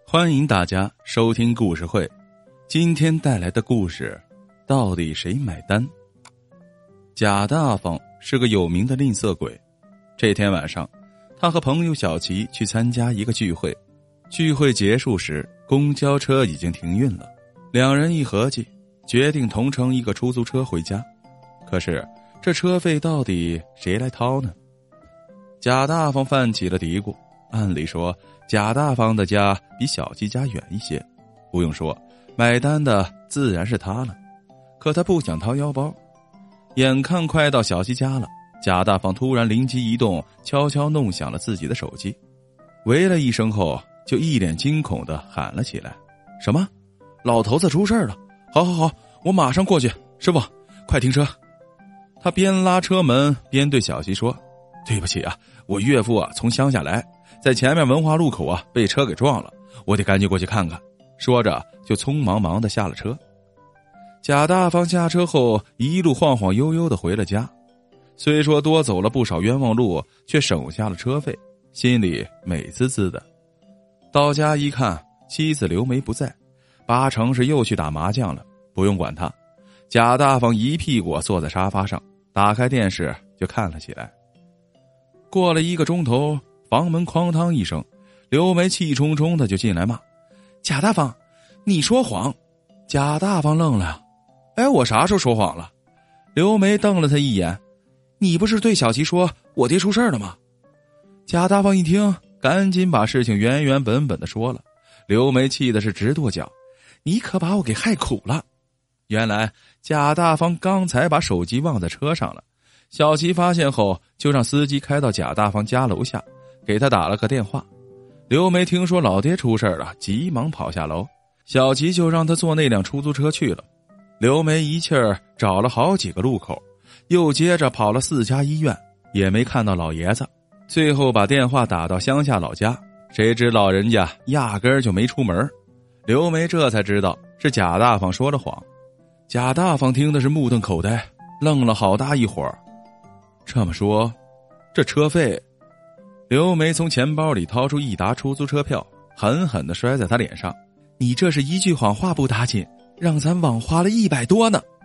欢迎大家收听故事会，今天带来的故事，到底谁买单？贾大方是个有名的吝啬鬼。这天晚上，他和朋友小齐去参加一个聚会。聚会结束时，公交车已经停运了。两人一合计，决定同乘一个出租车回家。可是，这车费到底谁来掏呢？贾大方泛起了嘀咕。按理说，贾大方的家比小齐家远一些，不用说，买单的自然是他了。可他不想掏腰包。眼看快到小齐家了，贾大方突然灵机一动，悄悄弄响了自己的手机。喂了一声后，就一脸惊恐地喊了起来：什么？老头子出事了！好，我马上过去。师傅，快停车！他边拉车门边对小齐说：对不起啊，我岳父从乡下来，在前面文化路口被车给撞了，我得赶紧过去看看。说着就匆忙忙地下了车。贾大方下车后一路晃晃悠悠地回了家，虽说多走了不少冤枉路，却省下了车费，心里美滋滋的。到家一看，妻子刘梅不在，八成是又去打麻将了。不用管他，贾大方一屁股坐在沙发上，打开电视就看了起来。过了1个钟头，房门哐当一声，刘梅气冲冲的就进来骂：贾大方，你说谎！贾大方愣了，我啥时候说谎了？刘梅瞪了他一眼：你不是对小齐说我爹出事了吗？贾大方一听，赶紧把事情原原本本的说了。刘梅气的是直跺脚：你可把我给害苦了！原来贾大方刚才把手机忘在车上了，小齐发现后就让司机开到贾大方家楼下，给他打了个电话。刘梅听说老爹出事了，急忙跑下楼，小齐就让他坐那辆出租车去了。刘梅一气儿找了好几个路口，又接着跑了4家医院，也没看到老爷子。最后把电话打到乡下老家，谁知老人家压根儿就没出门。刘梅这才知道是贾大方说了谎。贾大方听的是目瞪口呆，愣了好大一会儿。这么说，这车费……刘梅从钱包里掏出1沓出租车票，狠狠地摔在他脸上：你这是一句谎话不打紧，让咱枉花了100多呢！